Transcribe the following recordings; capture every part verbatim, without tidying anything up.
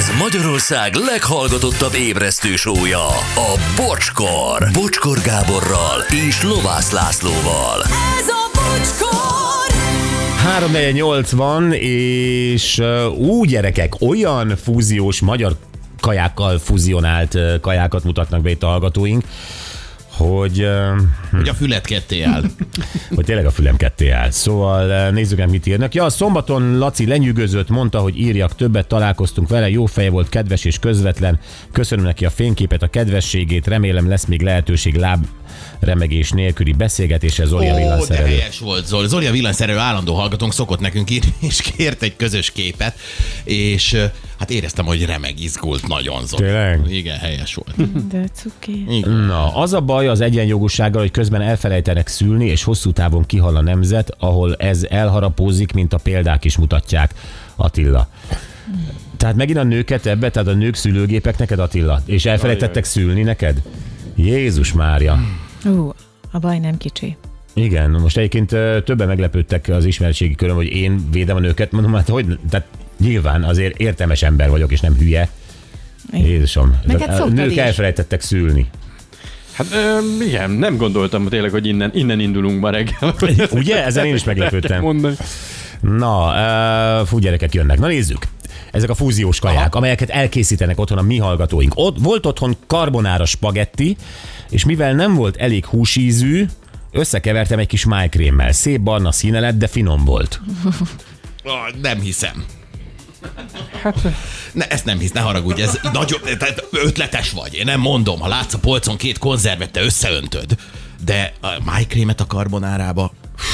Ez Magyarország leghallgatottabb ébresztő show-ja, a Bocskor. Bocskor Gáborral és Lovász Lászlóval. Ez a Bocskor! három negyvennyolc van, és ú, gyerekek, olyan fúziós magyar kajákkal fuzionált kajákat mutatnak be itt a hallgatóink, hogy... Hogy a fület ketté áll. Hogy tényleg a fülem ketté áll. Szóval nézzük meg, mit írnak. Ja, szombaton Laci lenyűgözött, mondta, hogy írjak többet, találkoztunk vele, jó feje volt, kedves és közvetlen. Köszönöm neki a fényképet, a kedvességét, remélem lesz még lehetőség láb remegés nélküli beszélgetésre. Zoli a villanyszerelő. Ó, de helyes volt Zoli. Zoli a villanyszerelő állandó hallgatónk szokott nekünk írni, és kért egy közös képet, és hát éreztem, hogy remeg, izgult nagyon Zoli. Tényleg? Igen, helyes volt. De cuki. Igen. Na, az a baj az egyenjogúsággal, hogy közben elfelejtenek szülni, és hosszú távon kihal a nemzet, ahol ez elharapózik, mint a példák is mutatják. Attila. Tehát megint a nőket ebbe, tehát a nők szülőgépek neked, Attila? És elfelejtettek szülni neked? Jézus Mária. Ú, a baj nem kicsi. Igen, most egyébként többen meglepődtek az ismeretségi köröm, hogy én védem a nőket, mondom, hát hogy, tehát nyilván azért értelmes ember vagyok, és nem hülye. Jézusom, hát a nők is. elfelejtettek szülni. Hát ö, igen, nem gondoltam tényleg, hogy innen, innen indulunk ma reggel. Ugye? Ezen én is meglepődtem. Mondani. Na, uh, fú, gyerekek jönnek. Na nézzük. Ezek a fúziós kaják, aha, amelyeket elkészítenek otthon a mi hallgatóink. Ott volt otthon carbonara spagetti, és mivel nem volt elég húsízű, összekevertem egy kis májkrémmel. Szép barna színe lett, de finom volt. Oh, nem hiszem. Hát, ne, ezt nem hisz, ne haragudj, ez nagyon tehát ötletes vagy. Én nem mondom, ha látsz a polcon két konzervet, te összeöntöd, de a májkrémet a karbonárába.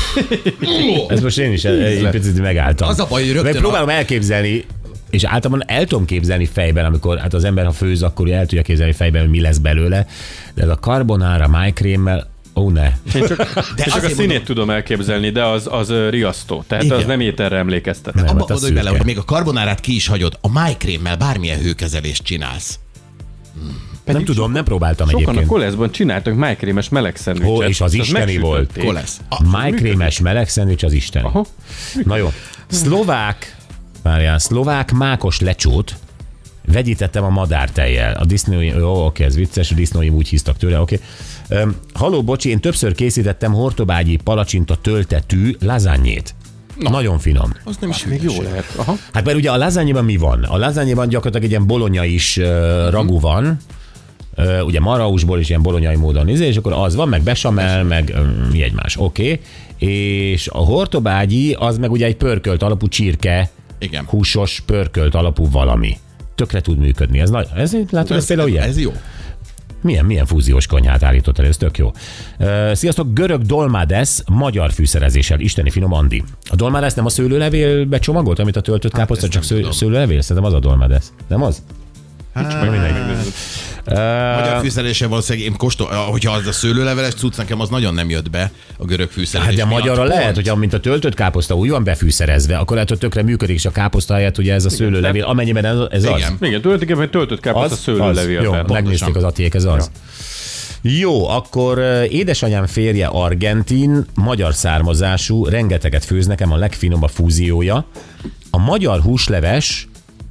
Ez most én is egy picit megálltam. Az a baj, hogy rögtön Meg próbálom a... elképzelni, és általában el tudom képzelni fejben, amikor hát az ember, ha főz, akkor el tudja képzelni fejben, hogy mi lesz belőle, de ez a karbonára májkrémmel, ó ne. Én csak, de én csak a színét mondom, tudom elképzelni, de az, az riasztó. Tehát igen, az nem ételre emlékeztet. Nem, abba hát gondolj bele, hogy még a karbonárát ki is hagyod, a májkrémmel bármilyen hőkezelést csinálsz. Hmm. Nem tudom, nem próbáltam sokan egyébként. Sokan a koleszban csináltak májkrémes meleg szendvicset. Ó, és az isteni volt. Kolesz. Májkrémes meleg szendvics az isteni. Aha. Na jó. Szlovák, várjál, szlovák mákos lecsót vegyítettem a madártejjel. A disznói, jó, oké, ez vicces, a disznóim úgy híztak tőle, oké. Um, Haló, bocsi, én többször készítettem hortobágyi palacsinta töltetű lazagnét. No. Nagyon finom. Az nem is még jó lehet. Aha. Hát mert ugye a lazagnében mi van? A lazagnében gyakorlatilag egy ilyen bolonya is uh, ragu van, uh, ugye marhaúsból is ilyen bolonyai módon izé, és akkor az van, meg bechamel, meg um, mi egymás, oké. Okay. És a hortobágyi az meg ugye egy pörkölt alapú csirke, igen, húsos pörkölt alapú valami. Tökre tud működni. Ez, nagy, ez látod, ez, ez például ilyen? Ez jó. Milyen, milyen fúziós konyhát állított el, ez tök jó. Uh, sziasztok, görög dolmades magyar fűszerezéssel, isteni finom Andi. A dolmades nem a szőlőlevélbe csomagolt, amit a töltött hát káposzta, csak sző, szőlőlevél? Szerintem az a dolmades. Nem az? Hát, meg mindegy. Uh, magyar fűszerezéssel valószínűleg én kóstol, hogyha az a szőlőleveles cucc, nekem az nagyon nem jött be a görög fűszerezés. Hát de magyarra lehet, hogyha mint a töltött káposzta úgy van befűszerezve, akkor lehet, hogy tökre működik, és a káposzta helyett ugye ez a szőlőlevél, amennyiben ez, ez igen. az. Igen, tulajdonképpen töltött káposzta szőlőlevél. Jó, megnézték az Attiék, ez az. Ja. Jó, akkor édesanyám férje argentin, magyar származású, rengeteget főz, nekem a legfinomabb fúziója. A magyar húsleves,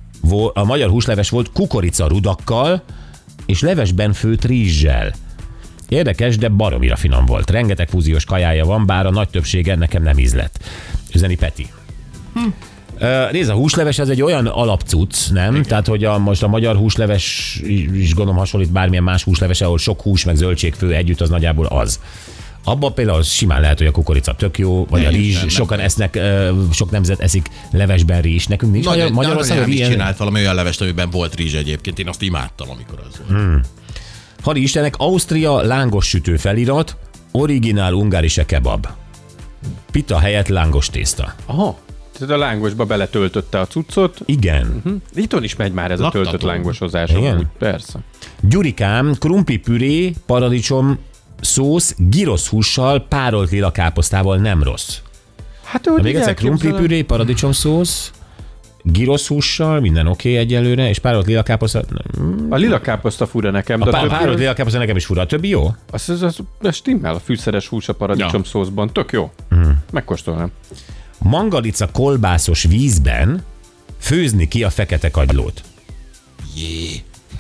a magyar húsleves volt kukoricarudakkal, és levesben főtt rizssel. Érdekes, de baromira finom volt. Rengeteg fúziós kajája van, bár a nagy többsége nekem nem ízlett. Üzeni Peti. Hm. Uh, nézd, a húsleves ez egy olyan alapcucc, nem? Igen. Tehát, hogy a, most a magyar húsleves is gondolom hasonlít bármilyen más húsleves, ahol sok hús meg zöldségfő együtt, az nagyjából az. Abban például simán lehet, hogy a kukorica tök jó, vagy nem, a rizs, nem, sokan nem. esznek, uh, sok nemzet eszik levesben rizs. Nekünk nincs Magyar, Magyarországon is ilyen... csinált valami olyan levest, amiben volt rizs egyébként. Én azt imádtam, amikor az volt. Hmm. Hadi Istenek, Ausztria lángos sütő felirat, originál ungárise kebab. Pita helyett lángos tészta. Aha. Tehát a lángosba beletöltötte a cuccot. Igen. Uh-huh. Itthon is megy már ez Laktató. a töltött lángosozás. Igen? Úgy, persze. Gyurikám, krumpli püré, paradicsom, szósz, girosz hússal, párolt lila káposztával nem rossz. Hát úgy még egyszer krumpli püré, paradicsom szósz, girosz hússal, minden oké okay egyelőre, és párolt lila káposzta... A lila káposzta fura nekem. A de pá- párolt lila káposzta nekem is fura. A többi jó? Az, az, az, az stimmel a fűszeres hús a paradicsom ja. szószban. Tök jó. Mm. Megkóstolnám. Mangalica kolbászos vízben főzni ki a fekete kagylót. Jé.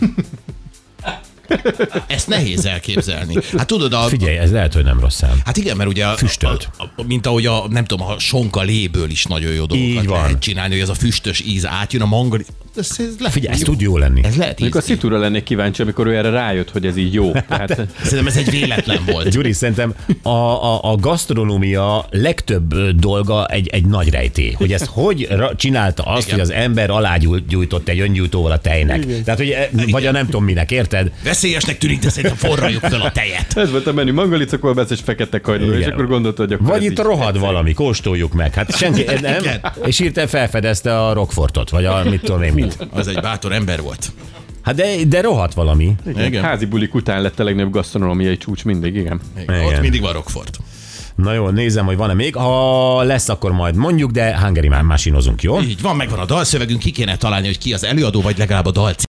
Ezt nehéz elképzelni. Hát tudod, a... Figyelj, ez lehet, hogy nem rossz szám. Hát igen, mert ugye a, Füstölt. a, a, mint ahogy a, nem tudom, a sonka léből is nagyon jó dolgokat Így van. lehet csinálni, hogy ez a füstös íz átjön a mangali. Ez, ez lehet, Figyelj, ez jó. tud jó lenni. Ez lehet Mondjuk a ízni. szitúra lennék kíváncsi, amikor ő erre rájött, hogy ez így jó. Tehát, Szerintem ez egy véletlen volt. Gyuri, szerintem a, a, a gasztronómia legtöbb ö, dolga egy, egy nagy rejtély. Hogy ezt hogy ra- csinálta azt, Igen. hogy az ember alágyújtott egy öngyújtóval a tejnek. Igen. Tehát, hogy e, vagy a nem tudom minek, érted? Veszélyesnek tűnik, de szerintem forraljuk fel a tejet. ez volt a menü, mangalica, kolbász és fekete kagyló, és Igen. akkor gondolta, hogy akkor Vagy ez itt így rohad egyszerű. valami, kóstoljuk meg. Hát senki, nem? Igen. És hirtelen felfedezte a Rockfortot, vagy a mit tudom én mit. Az egy bátor ember volt. Hát de, de rohadt valami. Igen. Igen. Házi bulik után lett a legnagyobb gasztronómiai csúcs mindig, igen. Igen. Igen. Ott mindig van Rockford. Na jó, nézem, hogy van-e még. Ha lesz, akkor majd mondjuk, de Hungary már másinozunk, jó? Így van, megvan a dalszövegünk, ki kéne találni, hogy ki az előadó, vagy legalább a dal